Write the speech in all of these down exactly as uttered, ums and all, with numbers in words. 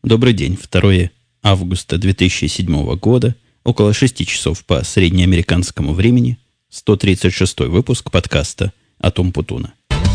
Добрый день. второе августа две тысячи седьмого года, около шести часов по среднеамериканскому времени, сто тридцать шестой выпуск подкаста «Атом Путуна».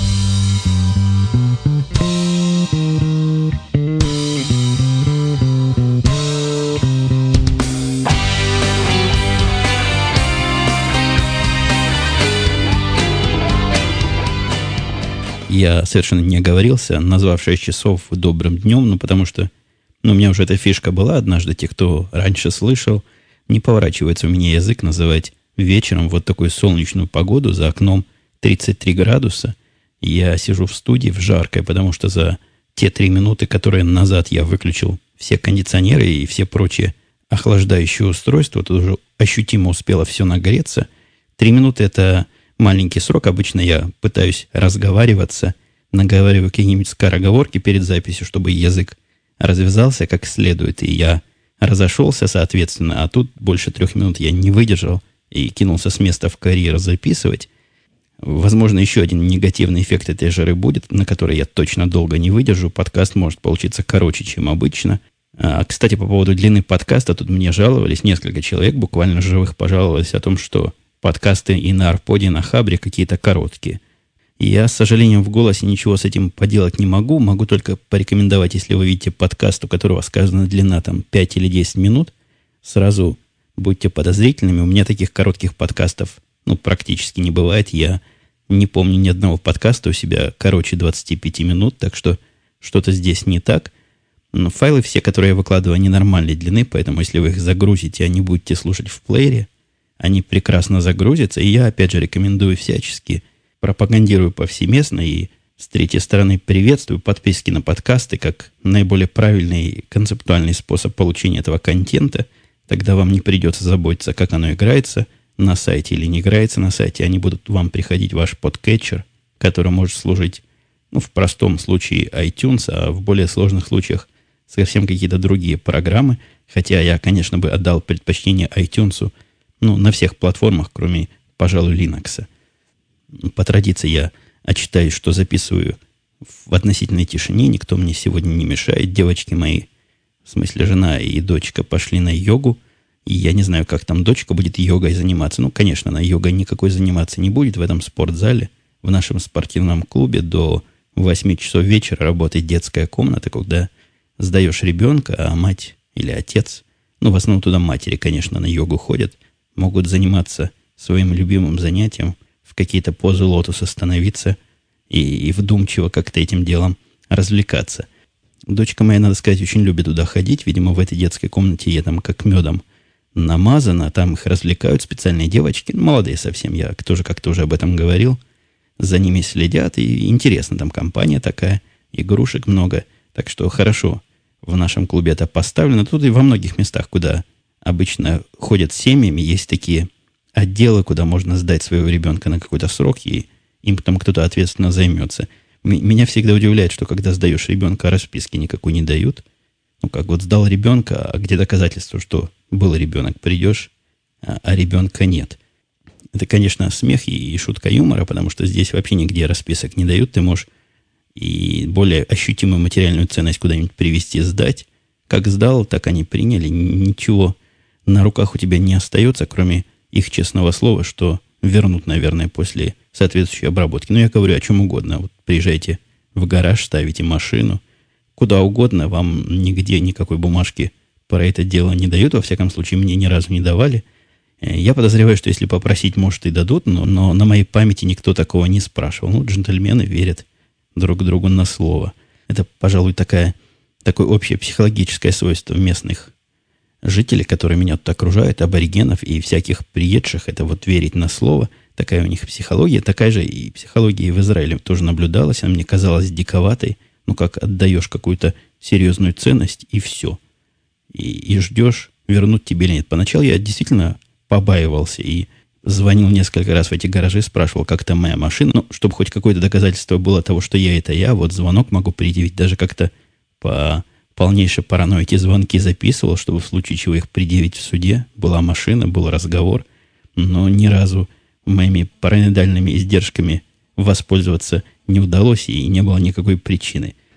Я совершенно не оговорился, назвав шесть часов добрым днем, ну, потому что ну, у меня уже эта фишка была однажды. Те, кто раньше слышал, не поворачивается у меня язык называть вечером вот такую солнечную погоду, за окном тридцать три градуса. Я сижу в студии в жаркой, потому что за те три минуты, которые назад я выключил все кондиционеры и все прочие охлаждающие устройства, тут уже ощутимо успело все нагреться. Три минуты – это маленький срок. Обычно я пытаюсь разговариваться, наговариваю какие-нибудь скороговорки перед записью, чтобы язык развязался как следует, и я разошелся, соответственно, а тут больше трех минут я не выдержал и кинулся с места в карьер записывать. Возможно, еще один негативный эффект этой жары будет, на который я точно долго не выдержу. Подкаст может получиться короче, чем обычно. А, кстати, по поводу длины подкаста, тут мне жаловались несколько человек, буквально живых пожаловались о том, что подкасты и на Арподе, и на Хабре какие-то короткие. Я, с сожалением, в голосе ничего с этим поделать не могу. Могу только порекомендовать, если вы видите подкаст, у которого сказана длина там пять или десять минут, сразу будьте подозрительными. У меня таких коротких подкастов ну, практически не бывает. Я не помню ни одного подкаста у себя короче двадцати пяти минут, так что что-то здесь не так. Но файлы все, которые я выкладываю, они нормальной длины, поэтому если вы их загрузите, а не будете слушать в плеере, они прекрасно загрузятся. И я, опять же, рекомендую всячески, пропагандирую повсеместно и с третьей стороны приветствую подписки на подкасты как наиболее правильный и концептуальный способ получения этого контента. Тогда вам не придется заботиться, как оно играется на сайте или не играется на сайте. Они будут вам приходить в ваш подкетчер, который может служить, ну, в простом случае iTunes, а в более сложных случаях совсем какие-то другие программы. Хотя я, конечно, бы отдал предпочтение iTunes, ну, на всех платформах, кроме, пожалуй, Linux. По традиции я отчитаюсь, что записываю в относительной тишине. Никто мне сегодня не мешает. Девочки мои, в смысле жена и дочка, пошли на йогу. И я не знаю, как там дочка будет йогой заниматься. Ну, конечно, она йогой никакой заниматься не будет в этом спортзале. В нашем спортивном клубе до восьми часов вечера работает детская комната, когда сдаешь ребенка, а мать или отец, ну, в основном туда матери, конечно, на йогу ходят, могут заниматься своим любимым занятием, в какие-то позы лотоса становиться и, и вдумчиво как-то этим делом развлекаться. Дочка моя, надо сказать, очень любит туда ходить. Видимо, в этой детской комнате я там как медом намазана. Там их развлекают специальные девочки, ну, молодые совсем. Я тоже как-то уже об этом говорил. За ними следят. И интересно, там компания такая, игрушек много. Так что хорошо в нашем клубе это поставлено. Тут и во многих местах, куда обычно ходят семьями, есть такие отделы, куда можно сдать своего ребенка на какой-то срок, и им потом кто-то ответственно займется. М- меня всегда удивляет, что когда сдаешь ребенка, расписки никакой не дают. Ну, как вот сдал ребенка, а где доказательство, что был ребенок, придешь, а, а ребенка нет. Это, конечно, смех и, и шутка юмора, потому что здесь вообще нигде расписок не дают. Ты можешь и более ощутимую материальную ценность куда-нибудь привезти, сдать. Как сдал, так они приняли. Ничего на руках у тебя не остается, кроме их честного слова, что вернут, наверное, после соответствующей обработки. Но я говорю о чем угодно. Вот приезжайте в гараж, ставите машину, куда угодно, вам нигде никакой бумажки про это дело не дают. Во всяком случае, мне ни разу не давали. Я подозреваю, что если попросить, может, и дадут, но, но на моей памяти никто такого не спрашивал. Ну, джентльмены верят друг другу на слово. Это, пожалуй, такая, такое общее психологическое свойство местных жители, которые меня тут окружают, аборигенов и всяких приезжих, это вот верить на слово. Такая у них психология. Такая же и психология в Израиле тоже наблюдалась. Она мне казалась диковатой. Ну, как отдаешь какую-то серьезную ценность, и все. И, и ждешь, вернуть тебе или нет. Поначалу я действительно побаивался и звонил несколько раз в эти гаражи, спрашивал, как там моя машина. Ну, чтобы хоть какое-то доказательство было того, что я это я. Вот звонок могу предъявить. Даже как-то по полнейшей паранойи эти звонки записывал, чтобы в случае чего их предъявить в суде. Была машина, был разговор. Но ни разу моими параноидальными издержками воспользоваться не удалось и не было никакой причины.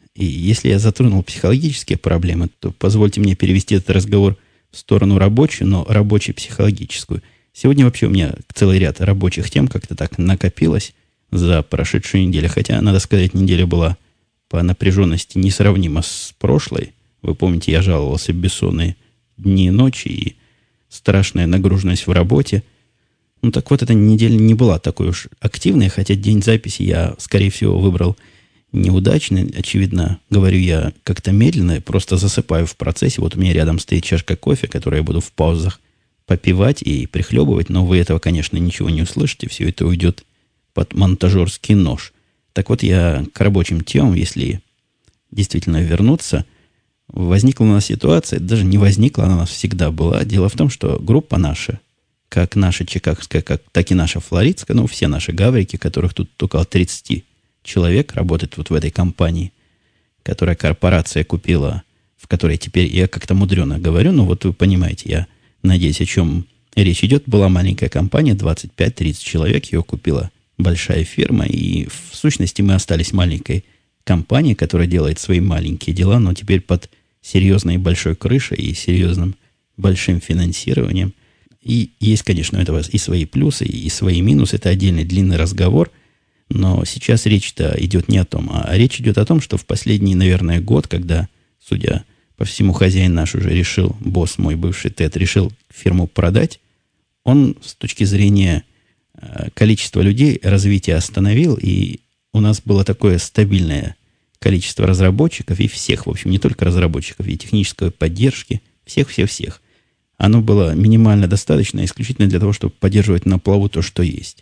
И если я затронул психологические проблемы, то позвольте мне перевести этот разговор в сторону рабочую, но рабоче-психологическую. Сегодня вообще у меня целый ряд рабочих тем как-то так накопилось за прошедшую неделю. Хотя, надо сказать, неделя была по напряженности несравнима с прошлой. Вы помните, я жаловался бессонные дни и ночи и страшная нагруженность в работе. Ну так вот, эта неделя не была такой уж активной, хотя день записи я, скорее всего, выбрал неудачный. Очевидно, говорю я как-то медленно, просто засыпаю в процессе. Вот у меня рядом стоит чашка кофе, которую я буду в паузах попивать и прихлебывать, но вы этого, конечно, ничего не услышите. Все это уйдет под монтажерский нож. Так вот, я к рабочим темам, если действительно вернуться, возникла у нас ситуация, даже не возникла, она у нас всегда была. Дело в том, что группа наша, как наша чикагская, как, так и наша флоридская, ну, все наши гаврики, которых тут около тридцать человек работает вот в этой компании, которая корпорация купила, в которой теперь я как-то мудрено говорю, но вот вы понимаете, я надеюсь, о чем речь идет. Была маленькая компания, двадцать пять тридцать человек, ее купила большая фирма, и в сущности мы остались маленькой компанией, которая делает свои маленькие дела, но теперь под серьезной большой крышей и серьезным большим финансированием. И есть, конечно, у этого и свои плюсы, и свои минусы. Это отдельный длинный разговор. Но сейчас речь-то идет не о том, а речь идет о том, что в последний, наверное, год, когда, судя по всему, хозяин наш уже решил, босс мой бывший Тед, решил фирму продать, он с точки зрения э, количества людей развитие остановил, и у нас было такое стабильное количество разработчиков, и всех, в общем, не только разработчиков, и технической поддержки, всех-всех-всех. Оно было минимально достаточно, исключительно для того, чтобы поддерживать на плаву то, что есть.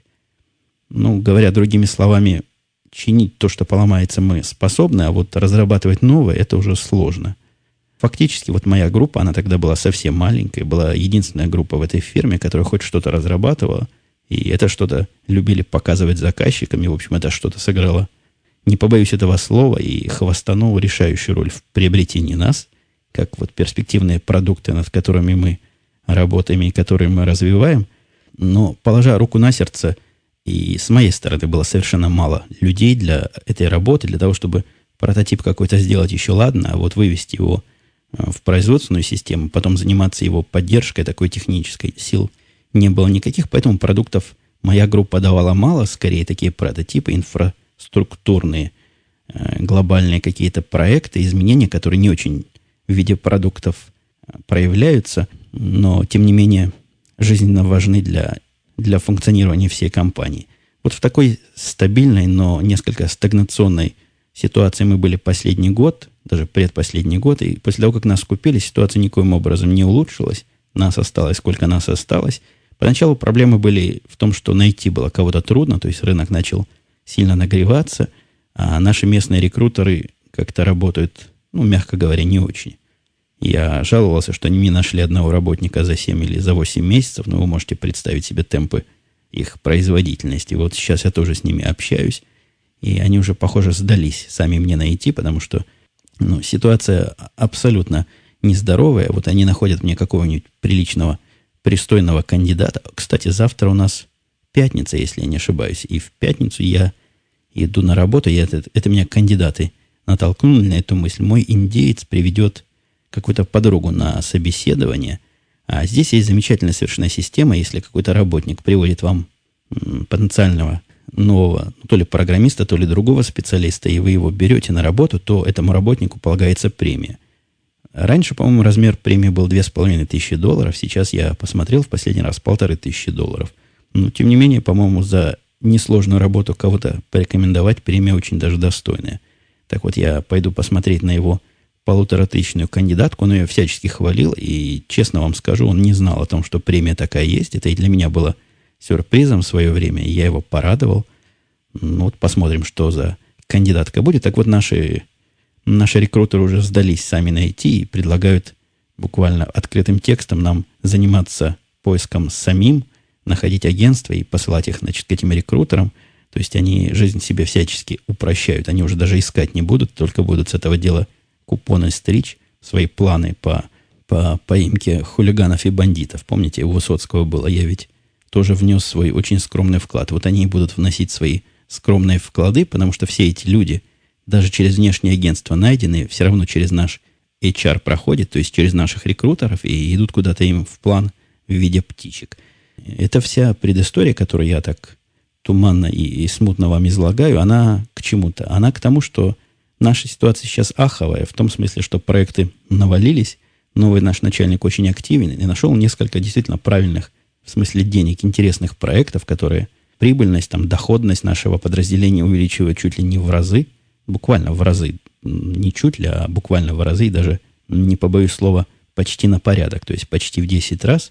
Ну, говоря другими словами, чинить то, что поломается, мы способны, а вот разрабатывать новое, это уже сложно. Фактически, вот моя группа, она тогда была совсем маленькой, была единственная группа в этой фирме, которая хоть что-то разрабатывала, и это что-то любили показывать заказчикам, и, в общем, это что-то сыграло, не побоюсь этого слова, и хвостануло решающую роль в приобретении нас, как вот перспективные продукты, над которыми мы работаем и которые мы развиваем. Но, положа руку на сердце, и с моей стороны было совершенно мало людей для этой работы, для того, чтобы прототип какой-то сделать еще ладно, а вот вывести его в производственную систему, потом заниматься его поддержкой такой технической, сил не было никаких, поэтому продуктов моя группа давала мало, скорее такие прототипы, инфраструктурные, глобальные какие-то проекты, изменения, которые не очень в виде продуктов проявляются, но, тем не менее, жизненно важны для для функционирования всей компании. Вот в такой стабильной, но несколько стагнационной ситуации мы были последний год, даже предпоследний год, и после того, как нас купили, ситуация никоим образом не улучшилась. Нас осталось, сколько нас осталось. Поначалу проблемы были в том, что найти было кого-то трудно, то есть рынок начал сильно нагреваться, а наши местные рекрутеры как-то работают, ну, мягко говоря, не очень. Я жаловался, что они не нашли одного работника за семь или за восемь месяцев, но вы можете представить себе темпы их производительности. Вот сейчас я тоже с ними общаюсь, и они уже, похоже, сдались сами мне найти, потому что ну, ситуация абсолютно нездоровая. Вот они находят мне какого-нибудь приличного, пристойного кандидата. Кстати, завтра у нас пятница, если я не ошибаюсь, и в пятницу я иду на работу. Я, это, это меня кандидаты натолкнули на эту мысль. Мой индеец приведет какую-то подругу на собеседование. А здесь есть замечательная совершенно система. Если какой-то работник приводит вам м, потенциального нового, то ли программиста, то ли другого специалиста, и вы его берете на работу, то этому работнику полагается премия. Раньше, по-моему, размер премии был две с половиной тысячи долларов. Сейчас я посмотрел в последний раз полторы тысячи долларов. Но, тем не менее, по-моему, за несложную работу кого-то порекомендовать премия очень даже достойная. Так вот, я пойду посмотреть на его полуторатысячную кандидатку, но я всячески хвалил, и, честно вам скажу, он не знал о том, что премия такая есть. Это и для меня было сюрпризом в свое время, и я его порадовал. Ну, вот посмотрим, что за кандидатка будет. Так вот, наши, наши рекрутеры уже сдались сами найти и предлагают буквально открытым текстом нам заниматься поиском самим, находить агентства и посылать их, значит, к этим рекрутерам. То есть они жизнь себе всячески упрощают. Они уже даже искать не будут, только будут с этого дела купоны стричь, свои планы по, по поимке хулиганов и бандитов. Помните, у Высоцкого было, я ведь тоже внес свой очень скромный вклад. Вот они и будут вносить свои скромные вклады, потому что все эти люди, даже через внешнее агентство найдены, все равно через наш эйч ар проходят, то есть через наших рекрутеров, и идут куда-то им в план в виде птичек. Это вся предыстория, которую я так туманно и, и смутно вам излагаю, она к чему-то. Она к тому, что наша ситуация сейчас аховая, в том смысле, что проекты навалились, новый наш начальник очень активен и нашел несколько действительно правильных, в смысле денег, интересных проектов, которые прибыльность, там, доходность нашего подразделения увеличивают чуть ли не в разы, буквально в разы, не чуть ли, а буквально в разы, и даже, не побоюсь слова, почти на порядок, то есть почти в десять раз.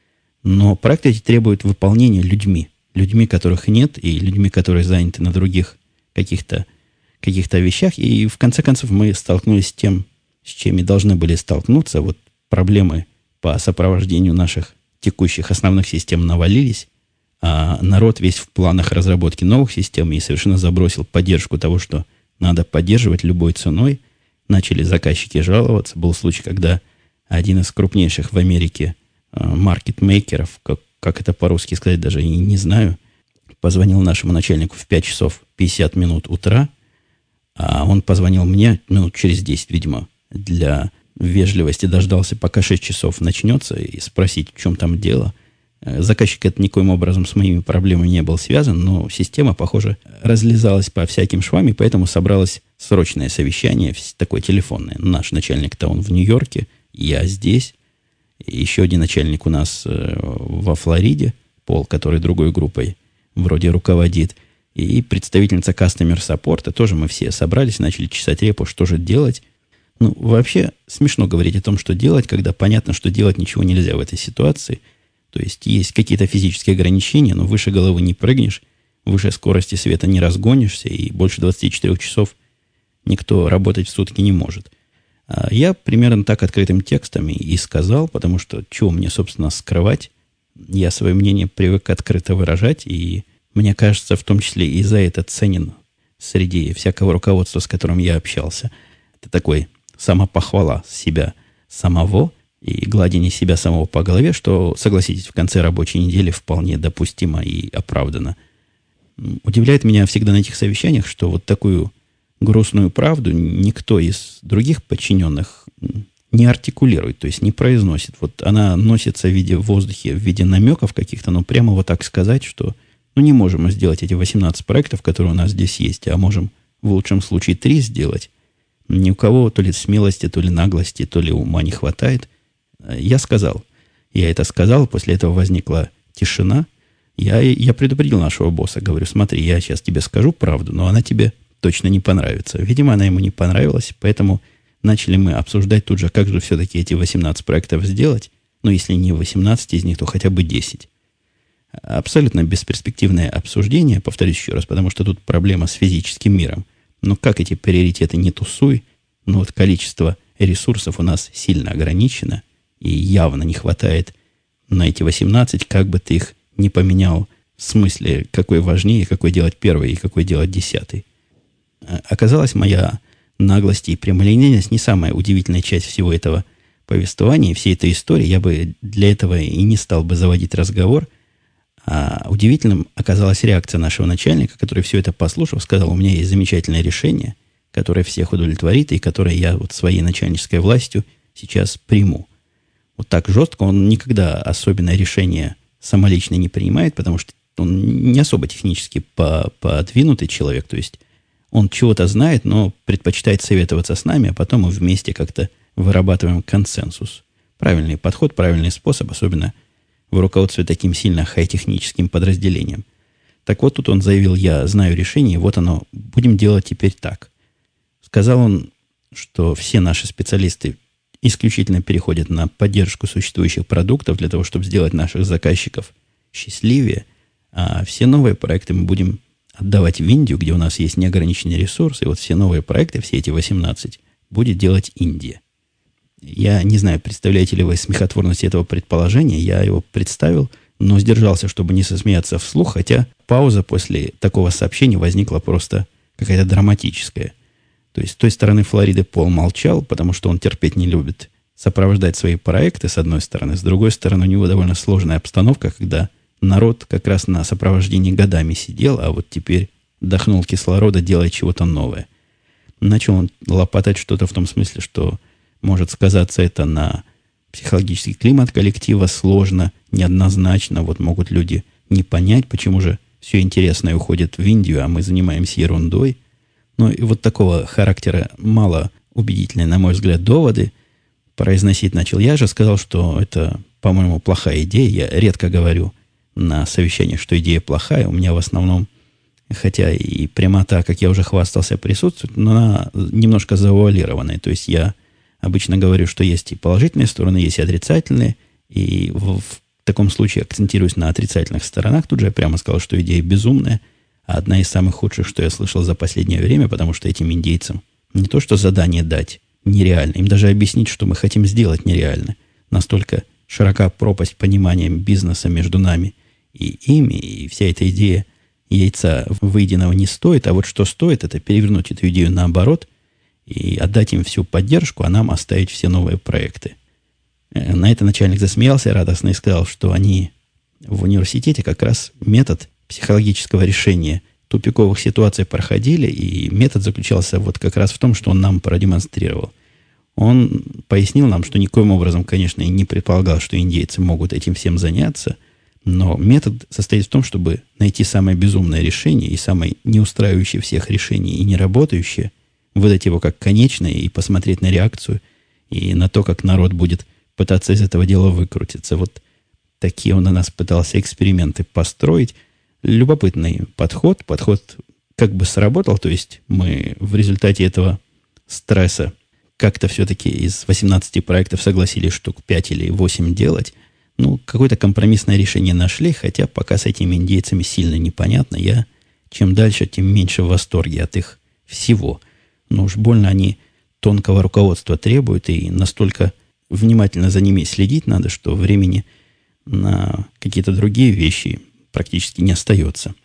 Но проекты эти требуют выполнения людьми, людьми, которых нет, и людьми, которые заняты на других каких-то каких-то вещах. И в конце концов мы столкнулись с тем, с чем и должны были столкнуться. Вот проблемы по сопровождению наших текущих основных систем навалились, а народ весь в планах разработки новых систем и совершенно забросил поддержку того, что надо поддерживать любой ценой. Начали заказчики жаловаться. Был случай, когда один из крупнейших в Америке маркетмейкеров, как, как это по-русски сказать, даже и не знаю, позвонил нашему начальнику в пять часов пятьдесят минут утра, а он позвонил мне минут через десять, видимо, для вежливости дождался, пока шесть часов начнется, и спросить, в чем там дело. Заказчик это никоим образом с моими проблемами не был связан, но система, похоже, разлезалась по всяким швам, и поэтому собралось срочное совещание, такое телефонное. Наш начальник-то он в Нью-Йорке, я здесь. Еще один начальник у нас э, во Флориде, Пол, который другой группой вроде руководит. И представительница Customer Support, тоже мы все собрались, начали чесать репу, что же делать. Ну, вообще смешно говорить о том, что делать, когда понятно, что делать ничего нельзя в этой ситуации. То есть есть какие-то физические ограничения, но выше головы не прыгнешь, выше скорости света не разгонишься, и больше двадцати четырёх часов никто работать в сутки не может. А я примерно так открытым текстом и сказал, потому что чего мне, собственно, скрывать. Я свое мнение привык открыто выражать, и мне кажется, в том числе и за это ценен среди всякого руководства, с которым я общался. Это такой самопохвала себя самого и гладение себя самого по голове, что, согласитесь, в конце рабочей недели вполне допустимо и оправдано. Удивляет меня всегда на этих совещаниях, что вот такую грустную правду никто из других подчиненных не артикулирует, то есть не произносит. Вот она носится в виде в воздухе, в виде намеков каких-то, но прямо вот так сказать, что ну, не можем мы сделать эти восемнадцать проектов, которые у нас здесь есть, а можем в лучшем случае три сделать. Ни у кого то ли смелости, то ли наглости, то ли ума не хватает. Я сказал. Я это сказал, после этого возникла тишина. Я, я предупредил нашего босса, говорю, смотри, я сейчас тебе скажу правду, но она тебе точно не понравится. Видимо, она ему не понравилась, поэтому начали мы обсуждать тут же, как же все-таки эти восемнадцать проектов сделать. Ну, если не восемнадцать из них, то хотя бы десять. Абсолютно бесперспективное обсуждение, повторюсь еще раз, потому что тут проблема с физическим миром. Но как эти приоритеты не тусуй, но вот количество ресурсов у нас сильно ограничено, и явно не хватает на эти восемнадцать, как бы ты их не поменял в смысле, какой важнее, какой делать первый и какой делать десятый. Оказалось, моя наглость и прямолинейность не самая удивительная часть всего этого повествования, всей этой истории. Я бы для этого и не стал бы заводить разговор. А удивительным оказалась реакция нашего начальника, который все это послушав, сказал, у меня есть замечательное решение, которое всех удовлетворит и которое я вот своей начальнической властью сейчас приму. Вот так жестко он никогда особенное решение самолично не принимает, потому что он не особо технически подвинутый человек, то есть он чего-то знает, но предпочитает советоваться с нами, а потом мы вместе как-то вырабатываем консенсус. Правильный подход, правильный способ, особенно в руководстве таким сильно хай-техническим подразделением. Так вот, тут он заявил, я знаю решение, вот оно, будем делать теперь так. Сказал он, что все наши специалисты исключительно переходят на поддержку существующих продуктов для того, чтобы сделать наших заказчиков счастливее, а все новые проекты мы будем отдавать в Индию, где у нас есть неограниченные ресурсы, и вот все новые проекты, все эти восемнадцать, будет делать Индия. Я не знаю, представляете ли вы смехотворность этого предположения, я его представил, но сдержался, чтобы не засмеяться вслух, хотя пауза после такого сообщения возникла просто какая-то драматическая. То есть с той стороны Флориды Пол молчал, потому что он терпеть не любит сопровождать свои проекты, с одной стороны. С другой стороны, у него довольно сложная обстановка, когда народ как раз на сопровождении годами сидел, а вот теперь вдохнул кислорода, делая чего-то новое. начал он лопотать что-то в том смысле, что может сказаться это на психологический климат коллектива, сложно, неоднозначно. Вот могут люди не понять, почему же все интересное уходит в Индию, а мы занимаемся ерундой. Ну и вот такого характера мало убедительные, на мой взгляд, доводы произносить начал. Я же сказал, что это, по-моему, плохая идея. Я редко говорю на совещаниях, что идея плохая. У меня в основном, хотя и прямота, как я уже хвастался, присутствует, но она немножко завуалированная. То есть я обычно говорю, что есть и положительные стороны, есть и отрицательные. И в, в таком случае акцентируюсь на отрицательных сторонах. Тут же я прямо сказал, что идея безумная. А одна из самых худших, что я слышал за последнее время, потому что этим индейцам не то, что задание дать нереально, им даже объяснить, что мы хотим сделать, нереально. Настолько широка пропасть понимания бизнеса между нами и ими, и вся эта идея яйца выеденного не стоит. А вот что стоит, это перевернуть эту идею наоборот и отдать им всю поддержку, а нам оставить все новые проекты. На это начальник засмеялся радостно и сказал, что они в университете как раз метод психологического решения тупиковых ситуаций проходили, и метод заключался вот как раз в том, что он нам продемонстрировал. Он пояснил нам, что никоим образом, конечно, и не предполагал, что индейцы могут этим всем заняться, но метод состоит в том, чтобы найти самое безумное решение и самое не устраивающее всех решение и не работающее, выдать его как конечное и посмотреть на реакцию и на то, как народ будет пытаться из этого дела выкрутиться. Вот такие он на нас пытался эксперименты построить. Любопытный подход. Подход как бы сработал, то есть мы в результате этого стресса как-то все-таки из восемнадцати проектов согласились штук пять или восемь делать. Ну, какое-то компромиссное решение нашли, хотя пока с этими индейцами сильно непонятно. Я чем дальше, тем меньше в восторге от их всего. Но уж больно они тонкого руководства требуют, и настолько внимательно за ними следить надо, что времени на какие-то другие вещи практически не остается.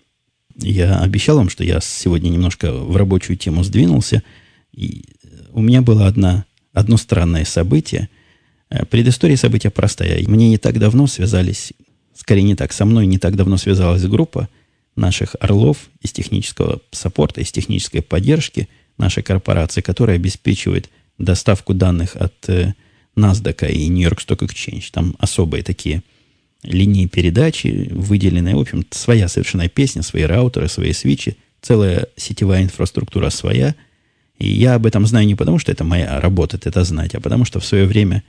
Я обещал вам, что я сегодня немножко в рабочую тему сдвинулся. И у меня было одно, одно странное событие. Предыстория события простая. Мне не так давно связались, скорее не так, со мной не так давно связалась группа наших орлов из технического саппорта, из технической поддержки нашей корпорации, которая обеспечивает доставку данных от э, NASDAQ и New York Stock Exchange. Там особые такие линии передачи, выделенные, в общем, своя совершенно песня, свои раутеры, свои свитчи, целая сетевая инфраструктура своя. И я об этом знаю не потому, что это моя работа, это знать, а потому что в свое время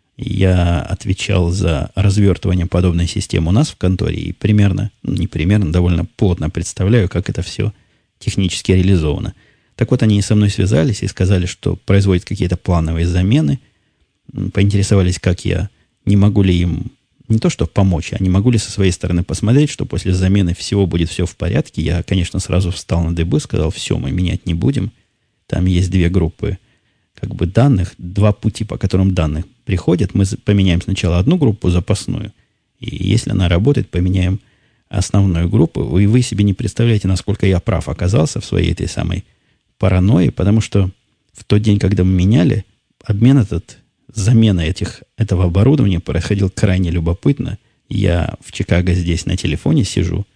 я отвечал за развертывание подобной системы у нас в конторе и примерно, ну, не примерно, довольно плотно представляю, как это все технически реализовано. Так вот, они со мной связались и сказали, что производят какие-то плановые замены, поинтересовались, как я, не могу ли им не то что помочь, а не могу ли со своей стороны посмотреть, что после замены всего будет все в порядке. Я, конечно, сразу встал на дыбы, сказал, все, мы менять не будем. Там есть две группы как бы данных, два пути, по которым данные приходят. Мы поменяем сначала одну группу запасную, и если она работает, поменяем основную группу. И вы себе не представляете, насколько я прав оказался в своей этой самой паранойи, потому что в тот день, когда мы меняли, обмен этот, замена этих, этого оборудования происходил крайне любопытно. Я в Чикаго здесь на телефоне сижу.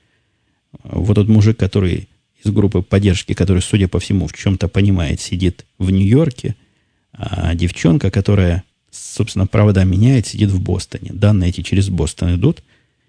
Вот тот мужик, который из группы поддержки, который, судя по всему, в чем-то понимает, сидит в Нью-Йорке, а девчонка, которая, собственно, провода меняет, сидит в Бостоне. Данные эти через Бостон идут.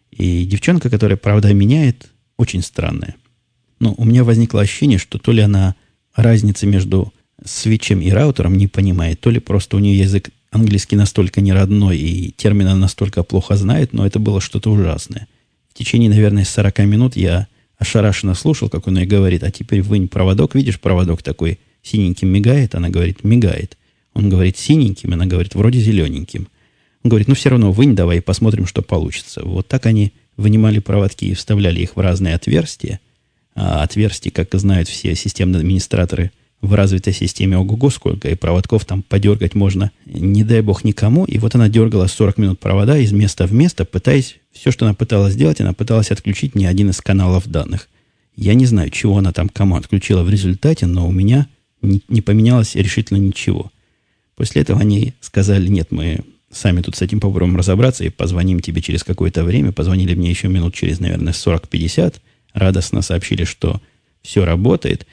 И девчонка, которая провода меняет, очень странная. Но у меня возникло ощущение, что то ли она разницы между свитчем и раутером не понимает, то ли просто у нее язык английский настолько неродной и термины настолько плохо знает, но это было что-то ужасное. В течение, наверное, сорока минут я ошарашенно слушал, как он ей говорит, а теперь вынь проводок, видишь, проводок такой синеньким мигает, она говорит, мигает. Он говорит синеньким, она говорит, вроде зелененьким. Он говорит, ну все равно вынь давай, посмотрим, что получится. Вот так они вынимали проводки и вставляли их в разные отверстия. А отверстий, как знают все системные администраторы, в развитой системе ого-го сколько, и проводков там подергать можно, не дай бог никому. И вот она дергала сорок минут провода из места в место, пытаясь, все, что она пыталась сделать, она пыталась отключить не один из каналов данных. Я не знаю, чего она там кому отключила в результате, но у меня не, не поменялось решительно ничего. После этого они сказали, нет, мы сами тут с этим попробуем разобраться и позвоним тебе через какое-то время. Позвонили мне еще минут через, наверное, сорок-пятьдесят, радостно сообщили, что все работает.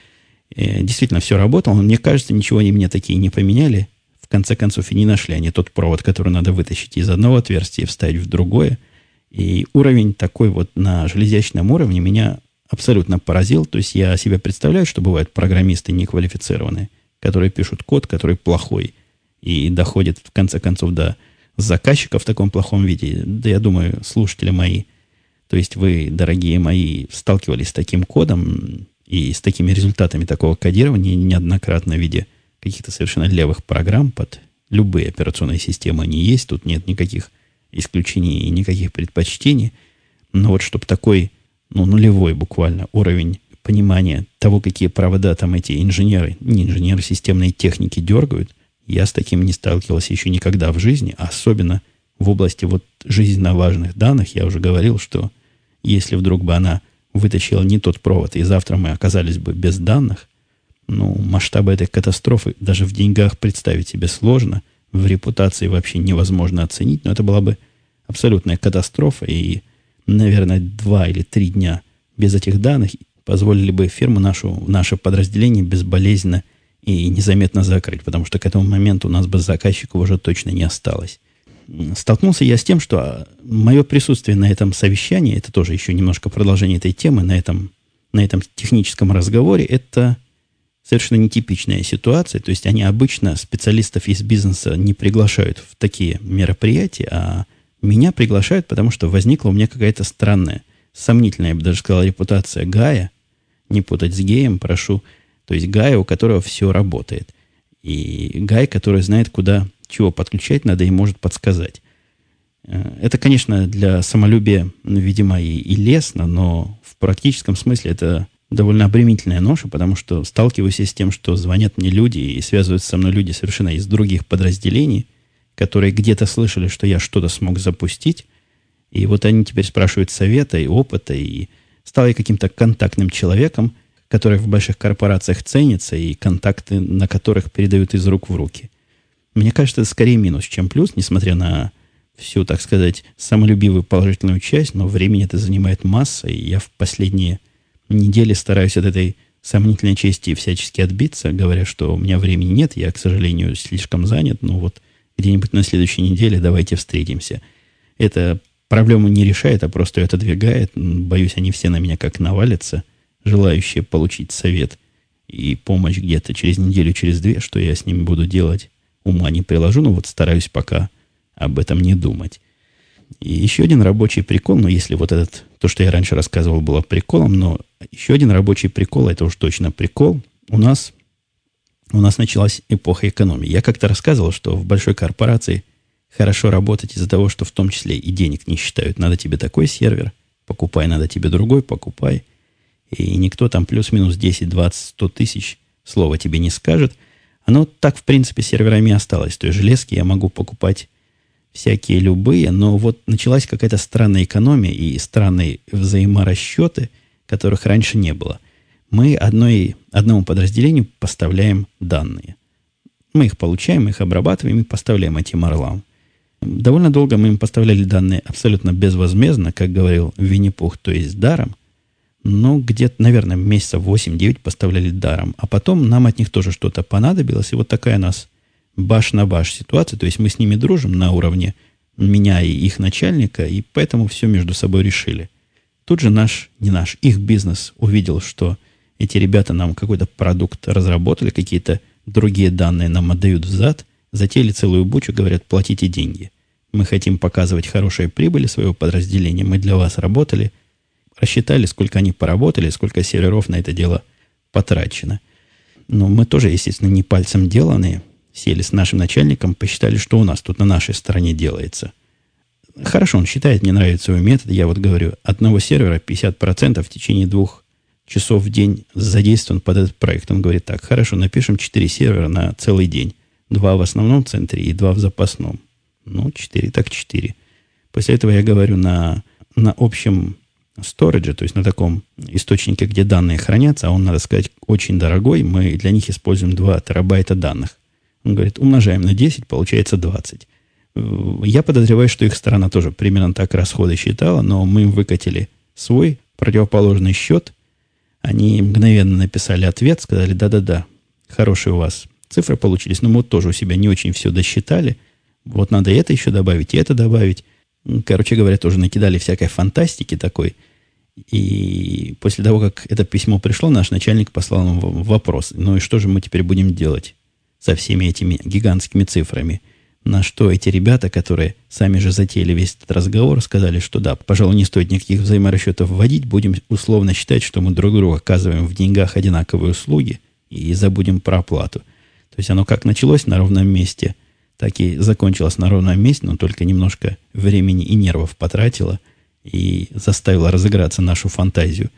И действительно, все работало, но мне кажется, ничего они мне такие не поменяли. В конце концов, и не нашли они тот провод, который надо вытащить из одного отверстия и вставить в другое. И уровень такой вот на железячном уровне меня абсолютно поразил. То есть я себе представляю, что бывают программисты неквалифицированные, которые пишут код, который плохой, и доходит, в конце концов, до заказчика в таком плохом виде. Да, я думаю, слушатели мои, то есть вы, дорогие мои, сталкивались с таким кодом и с такими результатами такого кодирования неоднократно в виде каких-то совершенно левых программ под любые операционные системы. Они есть, тут нет никаких исключений и никаких предпочтений. Но вот чтобы такой, ну, нулевой буквально уровень понимания того, какие провода там эти инженеры, не инженеры системной техники дергают, я с таким не сталкивался еще никогда в жизни, а особенно в области вот жизненно важных данных. Я уже говорил, что если вдруг бы она вытащила не тот провод, и завтра мы оказались бы без данных, ну, масштабы этой катастрофы даже в деньгах представить себе сложно, в репутации вообще невозможно оценить, но это была бы абсолютная катастрофа, и, наверное, два или три дня без этих данных позволили бы фирму нашу, наше подразделение безболезненно и незаметно закрыть, потому что к этому моменту у нас бы заказчиков уже точно не осталось. Столкнулся я с тем, что мое присутствие на этом совещании, это тоже еще немножко продолжение этой темы, на этом, на этом техническом разговоре, это совершенно нетипичная ситуация. То есть они обычно специалистов из бизнеса не приглашают в такие мероприятия, а меня приглашают, потому что возникла у меня какая-то странная, сомнительная, я бы даже сказал, репутация Гая. Не путать с геем, прошу. То есть Гая, у которого все работает. И Гай, который знает, куда чего подключать надо и может подсказать. Это, конечно, для самолюбия, видимо, и, и лестно, но в практическом смысле это довольно обременительная ноша, потому что сталкиваюсь я с тем, что звонят мне люди и связываются со мной люди совершенно из других подразделений, которые где-то слышали, что я что-то смог запустить, и вот они теперь спрашивают совета и опыта, и стал я каким-то контактным человеком, который в больших корпорациях ценится, и контакты на которых передают из рук в руки. Мне кажется, это скорее минус, чем плюс, несмотря на всю, так сказать, самолюбивую положительную часть, но времени это занимает масса, и я в последние недели стараюсь от этой сомнительной части всячески отбиться, говоря, что у меня времени нет, я, к сожалению, слишком занят, но вот где-нибудь на следующей неделе давайте встретимся. Это проблему не решает, а просто ее отодвигает. Боюсь, они все на меня как навалятся, желающие получить совет и помощь где-то через неделю, через две, что я с ними буду делать, ума не приложу, но вот стараюсь пока об этом не думать. И еще один рабочий прикол, но если вот этот, то, что я раньше рассказывал, было приколом, но еще один рабочий прикол, это уж точно прикол, у нас, у нас началась эпоха экономии. Я как-то рассказывал, что в большой корпорации хорошо работать из-за того, что в том числе и денег не считают. Надо тебе такой сервер, покупай, надо тебе другой, покупай. И никто там плюс-минус десять, двадцать, сто тысяч слова тебе не скажет. Оно так, в принципе, серверами осталось. То есть железки я могу покупать всякие любые, но вот началась какая-то странная экономия и странные взаиморасчеты, которых раньше не было. Мы одной, одному подразделению поставляем данные. Мы их получаем, мы их обрабатываем и поставляем этим орлам. Довольно долго мы им поставляли данные абсолютно безвозмездно, как говорил Винни-Пух, то есть даром. Ну, где-то, наверное, месяца восемь-девять поставляли даром. А потом нам от них тоже что-то понадобилось. И вот такая у нас баш на баш ситуация. То есть мы с ними дружим на уровне меня и их начальника, и поэтому все между собой решили. Тут же наш, не наш, их бизнес увидел, что эти ребята нам какой-то продукт разработали, какие-то другие данные нам отдают взад, затеяли целую бучу, говорят, платите деньги. Мы хотим показывать хорошие прибыли своего подразделения, мы для вас работали, рассчитали, сколько они поработали, сколько серверов на это дело потрачено. Но мы тоже, естественно, не пальцем деланные, сели с нашим начальником, посчитали, что у нас тут на нашей стороне делается. Хорошо, он считает, мне нравится его метод. Я вот говорю, одного сервера пятьдесят процентов в течение двух часов в день задействован под этот проект. Он говорит, так, хорошо, напишем четыре сервера на целый день. Два в основном центре и два в запасном. Ну, четыре так четыре. После этого я говорю на, на общем сторидже, то есть на таком источнике, где данные хранятся, а он, надо сказать, очень дорогой, мы для них используем два терабайта данных. Он говорит, умножаем на десять, получается двадцать. Я подозреваю, что их сторона тоже примерно так расходы считала, но мы им выкатили свой противоположный счет. Они мгновенно написали ответ, сказали, да-да-да, хорошие у вас цифры получились, но мы вот тоже у себя не очень все досчитали. Вот надо это еще добавить, и это добавить. Короче говоря, тоже накидали всякой фантастики такой. И после того, как это письмо пришло, наш начальник послал нам вопрос. Ну и что же мы теперь будем делать со всеми этими гигантскими цифрами? На что эти ребята, которые сами же затеяли весь этот разговор, сказали, что да, пожалуй, не стоит никаких взаиморасчетов вводить, будем условно считать, что мы друг другу оказываем в деньгах одинаковые услуги и забудем про оплату. То есть оно как началось на ровном месте, так и закончилось на ровном месте, но только немножко времени и нервов потратило и заставило разыграться нашу фантазию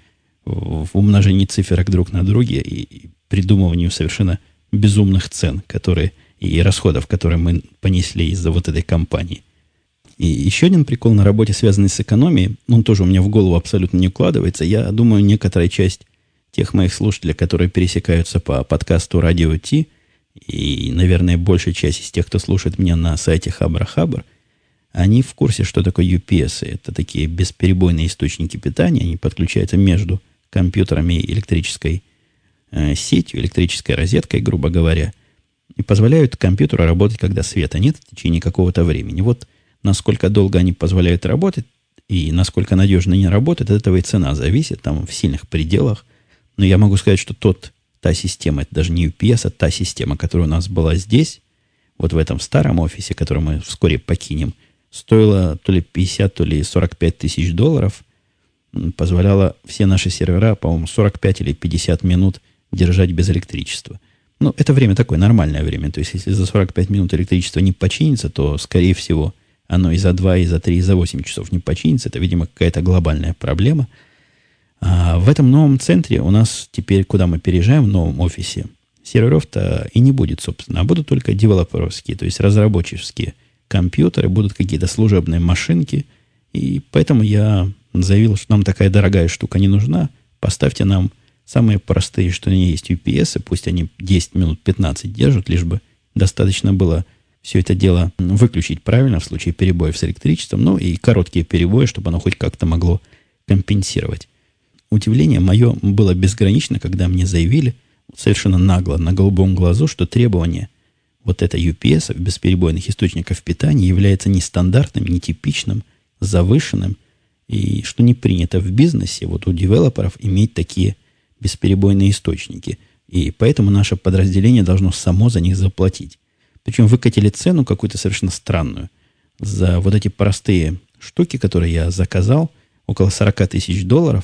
в умножении циферок друг на друге и придумыванию совершенно безумных цен, которые и расходов, которые мы понесли из-за вот этой компании. И еще один прикол на работе, связанный с экономией, он тоже у меня в голову абсолютно не укладывается. Я думаю, некоторая часть тех моих слушателей, которые пересекаются по подкасту Радио Ти, и, наверное, большая часть из тех, кто слушает меня на сайте Хабра Хабр, они в курсе, что такое ю пи эс. Это такие бесперебойные источники питания. Они подключаются между компьютерами и электрической э, сетью, электрической розеткой, грубо говоря, и позволяют компьютеру работать, когда света нет, в течение какого-то времени. Вот насколько долго они позволяют работать и насколько надежно они работают, от этого и цена зависит, там в сильных пределах. Но я могу сказать, что тот, та система, это даже не ю пи эс, а та система, которая у нас была здесь, вот в этом старом офисе, который мы вскоре покинем, стоила то ли пятьдесят, то ли сорок пять тысяч долларов, позволяла все наши сервера, по-моему, сорок пять или пятьдесят минут держать без электричества. Ну, это время такое, нормальное время. То есть, если за сорок пять минут электричество не починится, то, скорее всего, оно и за два, и за три, и за восемь часов не починится. Это, видимо, какая-то глобальная проблема. А в этом новом центре у нас теперь, куда мы переезжаем, в новом офисе, серверов-то и не будет, собственно, а будут только девелоперовские, то есть разработческие компьютеры, будут какие-то служебные машинки. И поэтому я заявил, что нам такая дорогая штука не нужна. Поставьте нам самые простые, что они есть, ю пи эс, пусть они десять минут, пятнадцать держат, лишь бы достаточно было все это дело выключить правильно в случае перебоев с электричеством, ну и короткие перебои, чтобы оно хоть как-то могло компенсировать. Удивление мое было безгранично, когда мне заявили совершенно нагло, на голубом глазу, что требование вот этой ю пи эс, бесперебойных источников питания, является нестандартным, нетипичным, завышенным, и что не принято в бизнесе вот у девелоперов иметь такие бесперебойные источники. И поэтому наше подразделение должно само за них заплатить. Причем выкатили цену какую-то совершенно странную. За вот эти простые штуки, которые я заказал, около сорок тысяч долларов,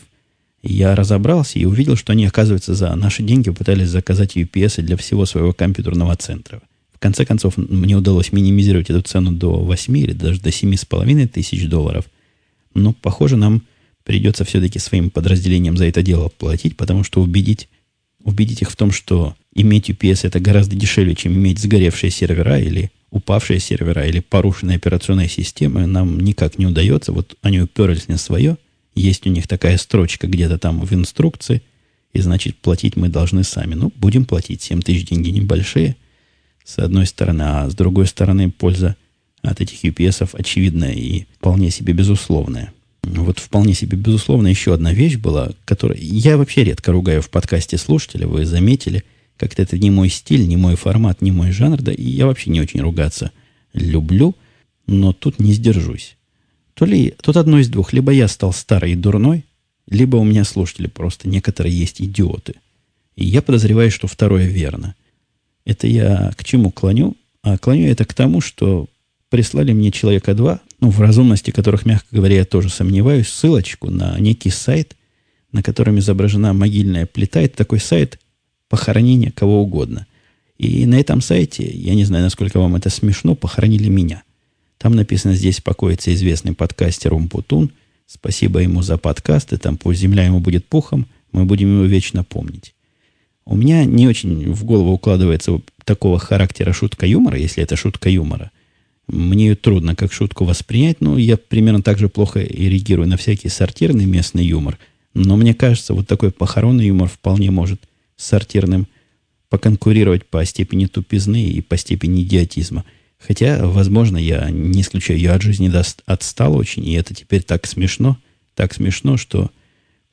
я разобрался и увидел, что они, оказывается, за наши деньги пытались заказать ю пи эс для всего своего компьютерного центра. В конце концов, мне удалось минимизировать эту цену до восьми или даже до семи с половиной тысяч долларов. Но, похоже, нам придется все-таки своим подразделениям за это дело платить, потому что убедить, убедить их в том, что иметь ю пи эс это гораздо дешевле, чем иметь сгоревшие сервера или упавшие сервера или порушенные операционные системы, нам никак не удается. Вот они уперлись на свое. Есть у них такая строчка где-то там в инструкции, и, значит, платить мы должны сами. Ну, будем платить. семь тысяч деньги небольшие, с одной стороны, а с другой стороны, польза от этих ю пи эсов очевидная и вполне себе безусловная. Вот вполне себе безусловно еще одна вещь была, которую я вообще редко ругаю в подкасте слушателя, вы заметили, как-то это не мой стиль, не мой формат, не мой жанр, да и я вообще не очень ругаться люблю, но тут не сдержусь. То ли тут одно из двух, либо я стал старый и дурной, либо у меня слушатели просто некоторые есть идиоты. И я подозреваю, что второе верно. Это я к чему клоню? А клоню это к тому, что прислали мне человека два, ну, в разумности которых, мягко говоря, я тоже сомневаюсь, ссылочку на некий сайт, на котором изображена могильная плита. Это такой сайт похоронения кого угодно. И на этом сайте, я не знаю, насколько вам это смешно, похоронили меня. Там написано, здесь покоится известный подкастер Умпутун. Спасибо ему за подкасты. Там пусть земля ему будет пухом. Мы будем его вечно помнить. У меня не очень в голову укладывается такого характера шутка юмора, если это шутка юмора. Мне ее трудно как шутку воспринять, но я примерно так же плохо и реагирую на всякий сортирный местный юмор. Но мне кажется, вот такой похоронный юмор вполне может с сортирным поконкурировать по степени тупизны и по степени идиотизма. Хотя, возможно, я не исключаю, я от жизни отстал очень, и это теперь так смешно, так смешно, что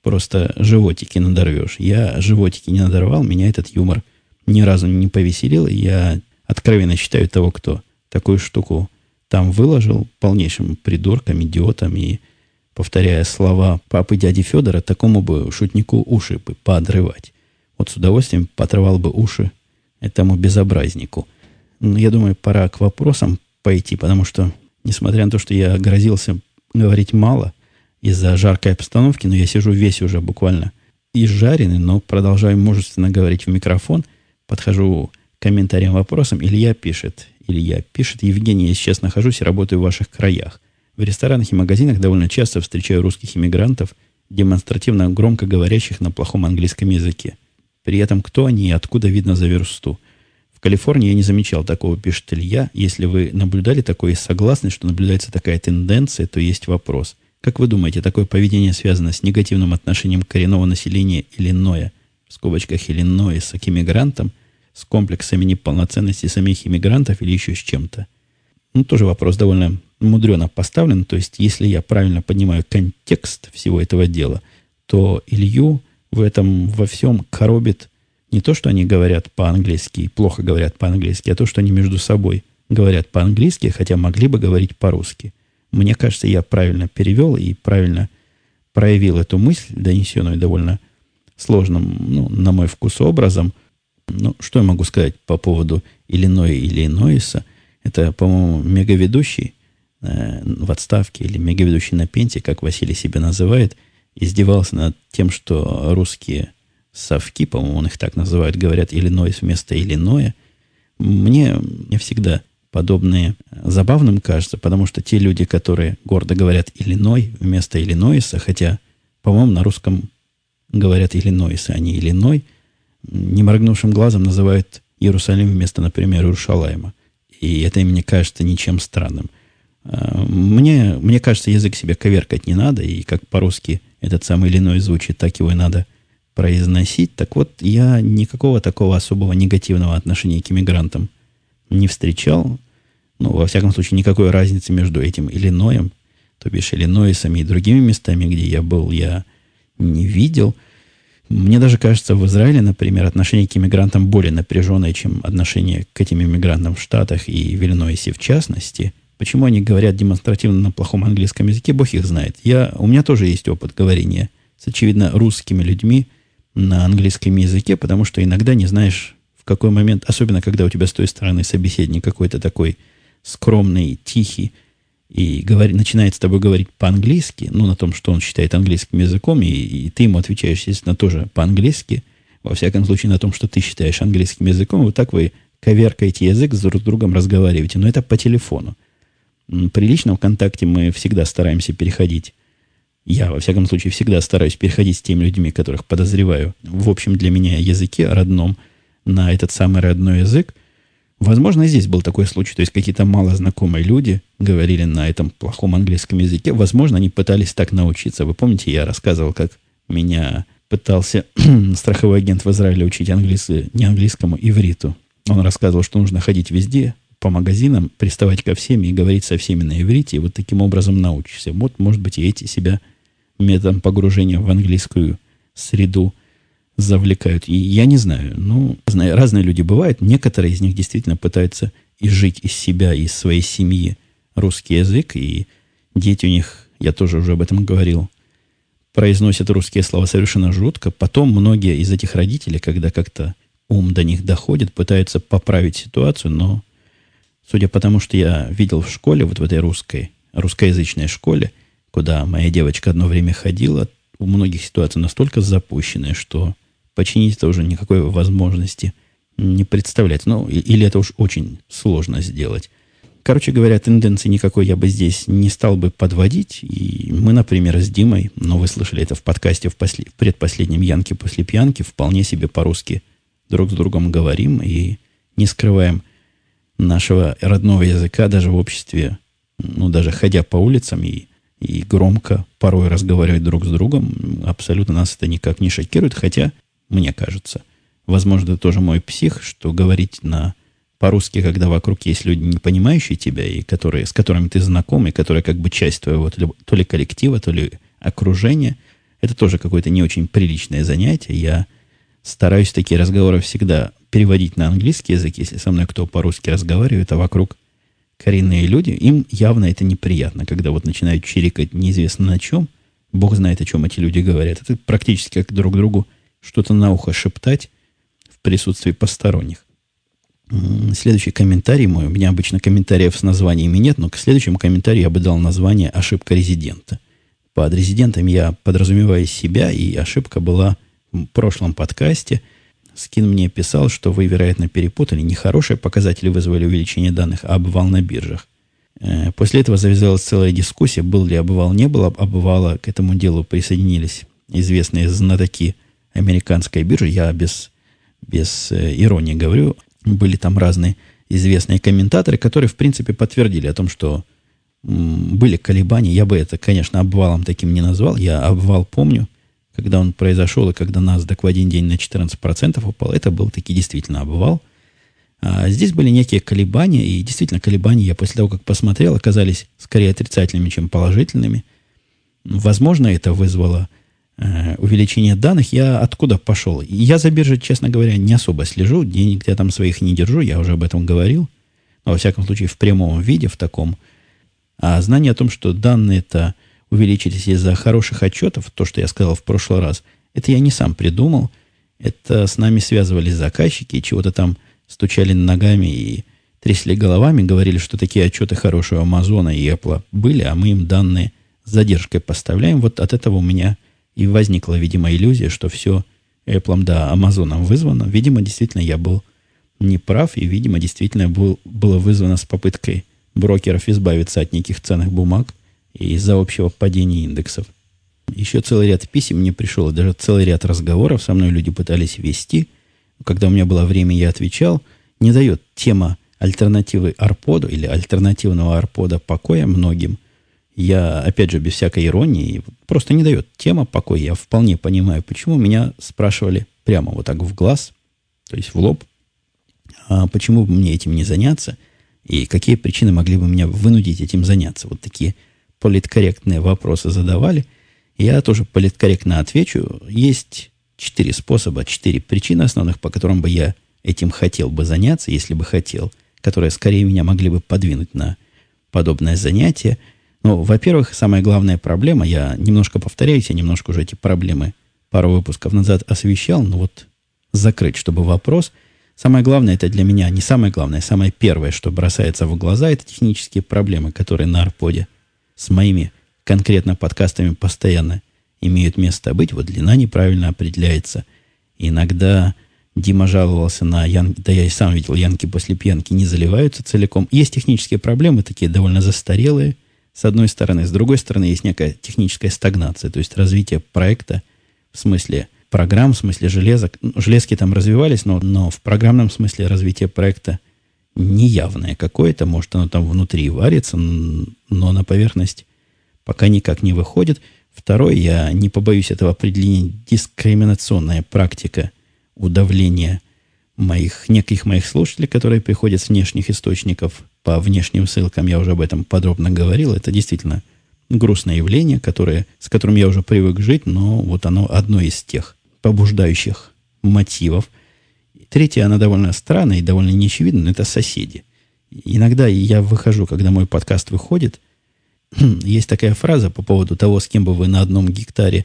просто животики надорвешь. Я животики не надорвал, меня этот юмор ни разу не повеселил. Я откровенно считаю того, кто такую штуку там выложил, полнейшим придурком, идиотом, и, повторяя слова папы дяди Федора, такому бы шутнику уши бы поотрывать. Вот с удовольствием поотрывал бы уши этому безобразнику. Но я думаю, пора к вопросам пойти, потому что, несмотря на то, что я грозился говорить мало из-за жаркой обстановки, но я сижу весь уже буквально изжаренный, но продолжаю мужественно говорить в микрофон, подхожу к комментариям, вопросам. Илья пишет, Илья пишет, Евгений, я сейчас нахожусь и работаю в ваших краях. В ресторанах и магазинах довольно часто встречаю русских иммигрантов, демонстративно громко говорящих на плохом английском языке. При этом кто они и откуда видно за версту. В Калифорнии я не замечал такого, пишет Илья. Если вы наблюдали такое и согласны, что наблюдается такая тенденция, то есть вопрос. Как вы думаете, такое поведение связано с негативным отношением коренного населения Иллинойса, в скобочках Иллинойса, к иммигрантам, с комплексами неполноценности самих иммигрантов или еще с чем-то? Ну, тоже вопрос довольно мудрено поставлен. То есть, если я правильно понимаю контекст всего этого дела, то Илью в этом во всем коробит не то, что они говорят по-английски, плохо говорят по-английски, а то, что они между собой говорят по-английски, хотя могли бы говорить по-русски. Мне кажется, я правильно перевел и правильно проявил эту мысль, донесенную довольно сложным, ну, на мой вкус, образом. Ну, что я могу сказать по поводу Иллинойса или Иллинойса? Это, по-моему, мегаведущий э, в отставке или мегаведущий на пенсии, как Василий себя называет, издевался над тем, что русские совки, по-моему, он их так называют, говорят Иллинойс вместо Иллиноя. Мне, мне всегда подобные забавным кажется, потому что те люди, которые гордо говорят Иллиной вместо Иллинойса, хотя, по-моему, на русском говорят Иллинойс, а не Иллиной, не моргнувшим глазом называют Иерусалим вместо, например, Иерушалайма. И это им не кажется ничем странным. Мне, мне кажется, язык себе коверкать не надо, и как по-русски этот самый Иллиной звучит, так его и надо произносить. Так вот, я никакого такого особого негативного отношения к иммигрантам не встречал. Ну, во всяком случае, никакой разницы между этим Иллинойем, то бишь Иллинойсами и другими местами, где я был, я не видел. Мне даже кажется, в Израиле, например, отношение к иммигрантам более напряженное, чем отношение к этим иммигрантам в Штатах и в Иллинойсе в частности. Почему они говорят демонстративно на плохом английском языке, бог их знает. Я, у меня тоже есть опыт говорения с, очевидно, русскими людьми на английском языке, потому что иногда не знаешь, в какой момент, особенно когда у тебя с той стороны собеседник какой-то такой скромный, тихий, и говорит, начинает с тобой говорить по-английски, ну, на том, что он считает английским языком, и, и ты ему отвечаешь, естественно, тоже по-английски, во всяком случае, на том, что ты считаешь английским языком, вот так вы коверкаете язык, с друг с другом разговариваете, но это по телефону. При личном контакте мы всегда стараемся переходить. Я, во всяком случае, всегда стараюсь переходить с теми людьми, которых подозреваю в общем для меня языке родном, на этот самый родной язык. Возможно, здесь был такой случай, то есть какие-то малознакомые люди говорили на этом плохом английском языке. Возможно, они пытались так научиться. Вы помните, я рассказывал, как меня пытался страховой агент в Израиле учить английский, не английскому, ивриту. Он рассказывал, что нужно ходить везде, по магазинам, приставать ко всем и говорить со всеми на иврите, и вот таким образом научишься. Вот, может быть, и эти себя методом погружения в английскую среду завлекают. И я не знаю. Ну, знаю, разные люди бывают. Некоторые из них действительно пытаются изжить из себя, из своей семьи русский язык. И дети у них, я тоже уже об этом говорил, произносят русские слова совершенно жутко. Потом многие из этих родителей, когда как-то ум до них доходит, пытаются поправить ситуацию, но судя по тому, что я видел в школе, вот в этой русской, русскоязычной школе, куда моя девочка одно время ходила, у многих ситуации настолько запущенные, что починить это уже никакой возможности не представляется. Ну, или это уж очень сложно сделать. Короче говоря, тенденции никакой я бы здесь не стал бы подводить. И мы, например, с Димой, ну, вы слышали это в подкасте в, после, в предпоследнем «Янке после пьянки», вполне себе по-русски друг с другом говорим и не скрываем нашего родного языка даже в обществе, ну, даже ходя по улицам и, и громко порой разговаривать друг с другом. Абсолютно нас это никак не шокирует, хотя, мне кажется, возможно, это тоже мой псих, что говорить на по-русски, когда вокруг есть люди, не понимающие тебя, и которые, с которыми ты знаком, и которые как бы часть твоего то ли коллектива, то ли окружения, Это тоже какое-то не очень приличное занятие. Я стараюсь такие разговоры всегда переводить на английский язык, если со мной кто по-русски разговаривает, а вокруг коренные люди, им явно это неприятно, когда вот начинают чирикать неизвестно на чем. Бог знает, о чем эти люди говорят. Это практически как друг другу что-то на ухо шептать в присутствии посторонних. Следующий комментарий мой. У меня обычно комментариев с названиями нет, но к следующему комментарию я бы дал название «Ошибка резидента». Под резидентом я подразумеваю себя, и ошибка была в прошлом подкасте. Скин мне писал, что вы, вероятно, перепутали. Не хорошие показатели вызвали увеличение данных, а обвал на биржах. После этого завязалась целая дискуссия, был ли обвал, не было обвала. К этому делу присоединились известные знатоки американской биржи. Я без, без иронии говорю. Были там разные известные комментаторы, которые, в принципе, подтвердили о том, что м, были колебания. Я бы это, конечно, обвалом таким не назвал. Я обвал помню, когда он произошел, и когда NASDAQ в один день на четырнадцать процентов упал. Это был таки действительно обвал. А здесь были некие колебания, и действительно колебания, я после того, как посмотрел, оказались скорее отрицательными, чем положительными. Возможно, это вызвало э, увеличение данных. Я откуда пошел? Я за биржей, честно говоря, не особо слежу, денег я там своих не держу, я уже об этом говорил. Но, во всяком случае, в прямом виде, в таком. А знание о том, что данные-то увеличились из-за хороших отчетов, то, что я сказал в прошлый раз, это я не сам придумал. Это с нами связывались заказчики, чего-то там стучали ногами и трясли головами, говорили, что такие отчеты хорошие у Амазона и Apple были, а мы им данные с задержкой поставляем. Вот от этого у меня и возникла, видимо, иллюзия, что все Apple, да, Амазоном вызвано. Видимо, действительно, я был неправ, и, видимо, действительно был, было вызвано с попыткой брокеров избавиться от неких ценных бумаг и из-за общего падения индексов. Еще целый ряд писем мне пришел, и даже целый ряд разговоров со мной люди пытались вести. Когда у меня было время, я отвечал. Не дает тема альтернативы Арподу или альтернативного Арпода покоя многим. Я, опять же, без всякой иронии, просто не дает тема покоя. Я вполне понимаю, почему меня спрашивали прямо вот так в глаз, то есть в лоб, а почему бы мне этим не заняться, и какие причины могли бы меня вынудить этим заняться. Вот такие политкорректные вопросы задавали. Я тоже политкорректно отвечу. Есть четыре способа, четыре причины основных, по которым бы я этим хотел бы заняться, если бы хотел, которые скорее меня могли бы подвинуть на подобное занятие. Ну, во-первых, самая главная проблема, я немножко повторяюсь, я немножко уже эти проблемы пару выпусков назад освещал, но вот закрыть, чтобы вопрос. Самое главное, это для меня не самое главное, самое первое, что бросается в глаза, это технические проблемы, которые на Арподе с моими конкретно подкастами постоянно имеют место быть. Вот длина неправильно определяется. Иногда Дима жаловался на янки, да я и сам видел, янки после пьянки не заливаются целиком. Есть технические проблемы, такие довольно застарелые, с одной стороны. С другой стороны, есть некая техническая стагнация, то есть развитие проекта в смысле программ, в смысле железок. Железки там развивались, но, но в программном смысле развитие проекта неявное какое-то. Может, оно там внутри варится, но на поверхность пока никак не выходит. Второе, я не побоюсь этого определения, дискриминационная практика удавления моих, неких моих слушателей, которые приходят с внешних источников по внешним ссылкам. Я уже об этом подробно говорил. Это действительно грустное явление, которое, с которым я уже привык жить, но вот оно одно из тех побуждающих мотивов. Третье, оно довольно странное и довольно неочевидно, но это соседи. Иногда я выхожу, когда мой подкаст выходит, есть такая фраза по поводу того, с кем бы вы на одном гектаре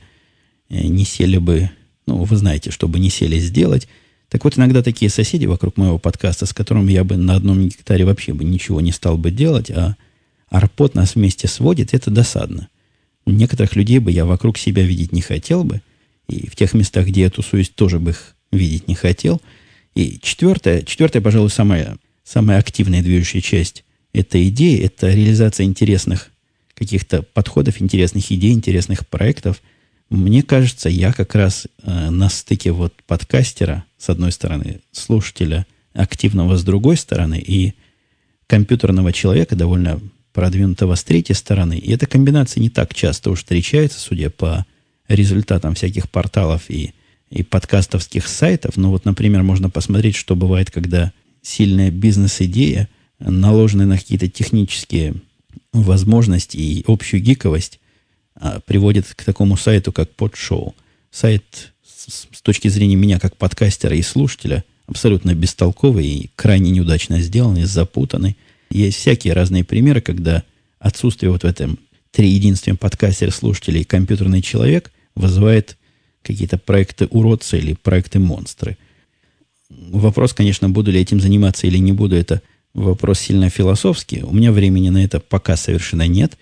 не сели бы, ну, вы знаете, что бы не сели сделать. Так вот, иногда такие соседи вокруг моего подкаста, с которыми я бы на одном гектаре вообще бы ничего не стал бы делать, а Арпод нас вместе сводит, это досадно. Некоторых людей бы я вокруг себя видеть не хотел бы, и в тех местах, где я тусуюсь, тоже бы их видеть не хотел. И четвертое, четвертое, пожалуй, самая, самая активная движущая часть этой идеи, это реализация интересных каких-то подходов, интересных идей, интересных проектов. Мне кажется, я как раз э, на стыке вот подкастера, с одной стороны, слушателя активного с другой стороны, и компьютерного человека, довольно продвинутого с третьей стороны. И эта комбинация не так часто уж встречается, судя по результатам всяких порталов и, и подкастовских сайтов. Ну вот, например, можно посмотреть, что бывает, когда сильная бизнес-идея, наложенная на какие-то технические возможности и общую гиковость, а приводит к такому сайту, как Подшоу. Сайт с, с точки зрения меня, как подкастера и слушателя, абсолютно бестолковый и крайне неудачно сделанный, запутанный. Есть всякие разные примеры, когда отсутствие вот в этом триединстве подкастер, слушателей и компьютерный человек вызывает какие-то проекты уродца или проекты монстры. Вопрос, конечно, буду ли этим заниматься или не буду, это вопрос сильно философский. У меня времени на это пока совершенно нет.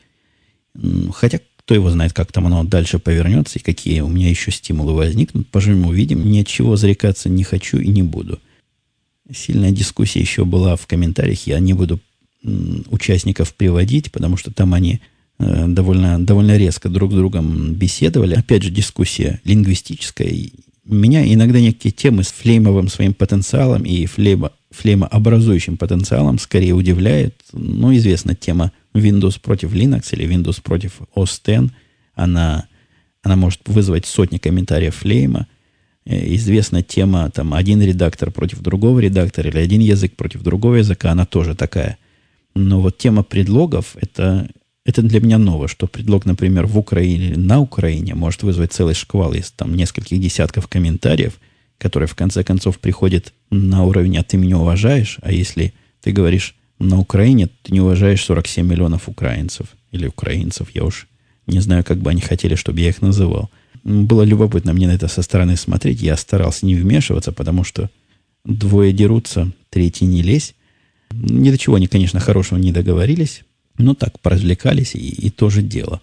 Хотя, кто его знает, как там оно дальше повернется и какие у меня еще стимулы возникнут. Поживем, увидим. Ни от чего зарекаться не хочу и не буду. Сильная дискуссия еще была в комментариях. Я не буду участников приводить, потому что там они э, довольно, довольно резко друг с другом беседовали. Опять же, дискуссия лингвистическая. Меня иногда некие темы с флеймовым своим потенциалом и флеймо, флеймообразующим потенциалом скорее удивляют. Ну, известна тема Windows против Linux или Windows против о эс десять. Она, она может вызвать сотни комментариев флейма. Известна тема там, один редактор против другого редактора или один язык против другого языка. Она тоже такая. Но вот тема предлогов, это, это для меня ново, что предлог, например, в Украине или на Украине может вызвать целый шквал из там, нескольких десятков комментариев, которые в конце концов приходят на уровень «а ты меня уважаешь», а если ты говоришь «на Украине», ты не уважаешь сорок семь миллионов украинцев или украинцев, я уж не знаю, как бы они хотели, чтобы я их называл. Было любопытно мне на это со стороны смотреть, я старался не вмешиваться, потому что двое дерутся, третий не лезь. Ни до чего они, конечно, хорошего не договорились, но так поразвлекались, и, и то же дело.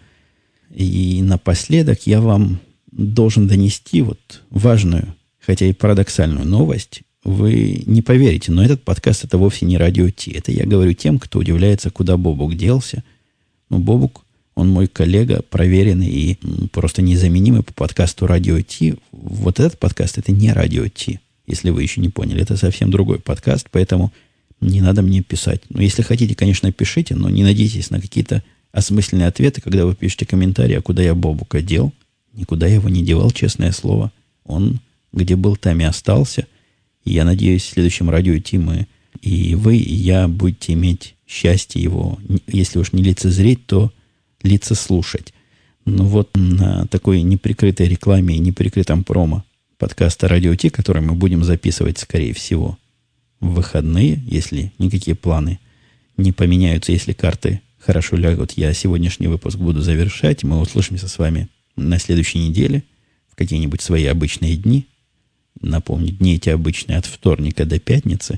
И напоследок я вам должен донести вот важную, хотя и парадоксальную новость. Вы не поверите, но этот подкаст — это вовсе не Радио Ти. Это я говорю тем, кто удивляется, куда Бобук делся. Ну, Бобук, он мой коллега, проверенный и просто незаменимый по подкасту Радио Ти. Вот этот подкаст — это не Радио Ти, если вы еще не поняли. Это совсем другой подкаст, поэтому не надо мне писать. Ну, если хотите, конечно, пишите, но не надейтесь на какие-то осмысленные ответы, когда вы пишете комментарии, а куда я Бобука дел. Никуда я его не девал, честное слово. Он где был, там и остался. И я надеюсь, в следующем Радио Ти мы и вы, и я будете иметь счастье его, если уж не лицезреть, то лицеслушать. Ну вот на такой неприкрытой рекламе и неприкрытом промо подкаста Радио Ти, который мы будем записывать, скорее всего, в выходные, если никакие планы не поменяются, если карты хорошо лягут, я сегодняшний выпуск буду завершать. Мы услышимся с вами на следующей неделе в какие-нибудь свои обычные дни. Напомню, дни эти обычные от вторника до пятницы.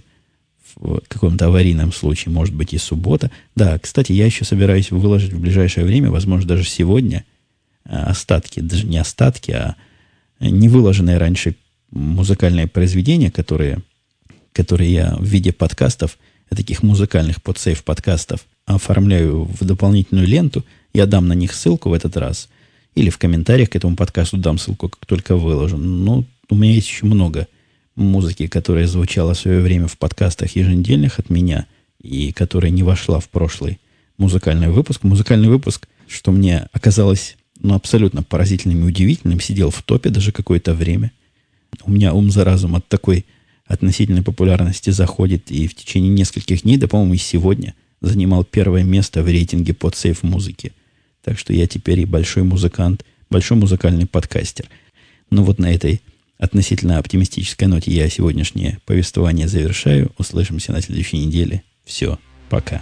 В каком-то аварийном случае, может быть, и суббота. Да, кстати, я еще собираюсь выложить в ближайшее время, возможно, даже сегодня, остатки, даже не остатки, а не выложенные раньше музыкальные произведения, которые... которые я в виде подкастов, таких музыкальных подсейв подкастов, оформляю в дополнительную ленту. Я дам на них ссылку в этот раз. Или в комментариях к этому подкасту дам ссылку, как только выложу. Но у меня есть еще много музыки, которая звучала в свое время в подкастах еженедельных от меня, и которая не вошла в прошлый музыкальный выпуск. Музыкальный выпуск, что мне оказалось ну, абсолютно поразительным и удивительным, сидел в топе даже какое-то время. У меня ум за разум от такой относительной популярности заходит, и в течение нескольких дней, да, по-моему, и сегодня занимал первое место в рейтинге подсейв музыки. Так что я теперь и большой музыкант, большой музыкальный подкастер. Ну вот на этой относительно оптимистической ноте я сегодняшнее повествование завершаю. Услышимся на следующей неделе. Все, пока.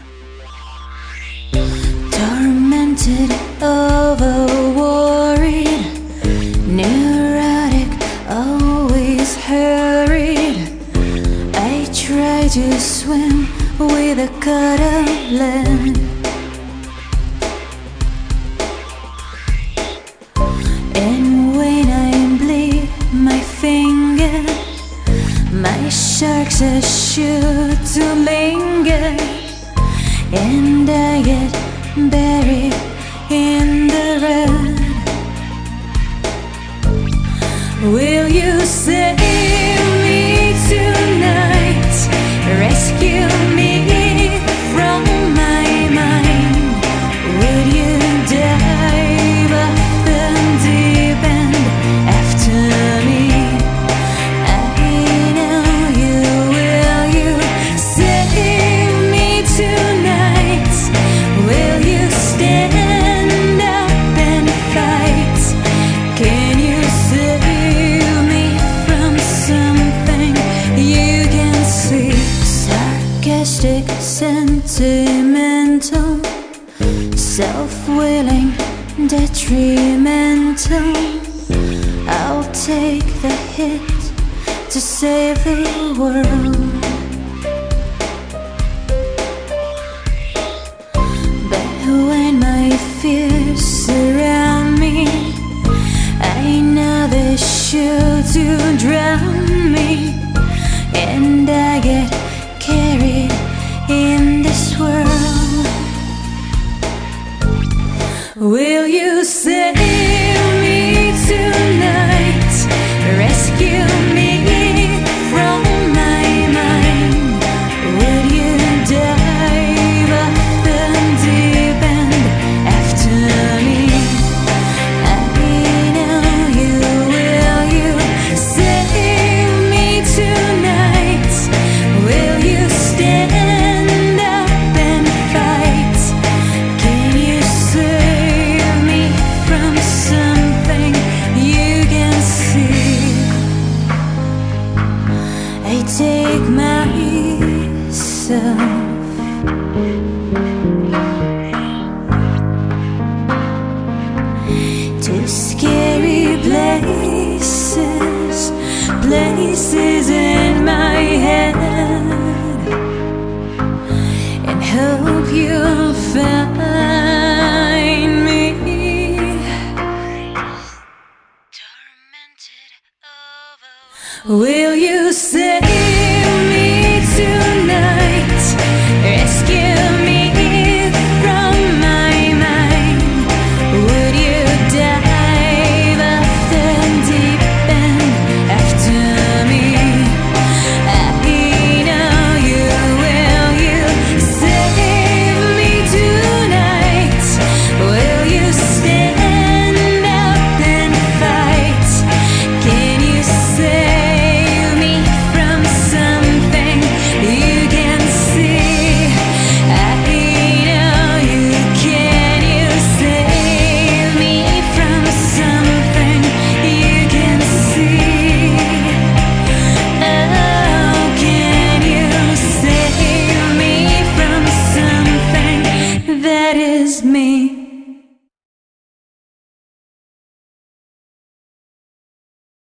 Tormented, overworried, neurotic, always hurried. I try to swim with a cut of land. And when I bleed my finger, my sharks are sure to linger, and I get buried in the road. Will you save me tonight? Rescue me from my mind. Will you dive off the deep end after me? I know you will. You save me tonight. Will you stand? self-willing, detrimental. I'll take the hit to save the world. But when my fears surround me, I know they're sure to drown me, and I get carried in this world. Will you say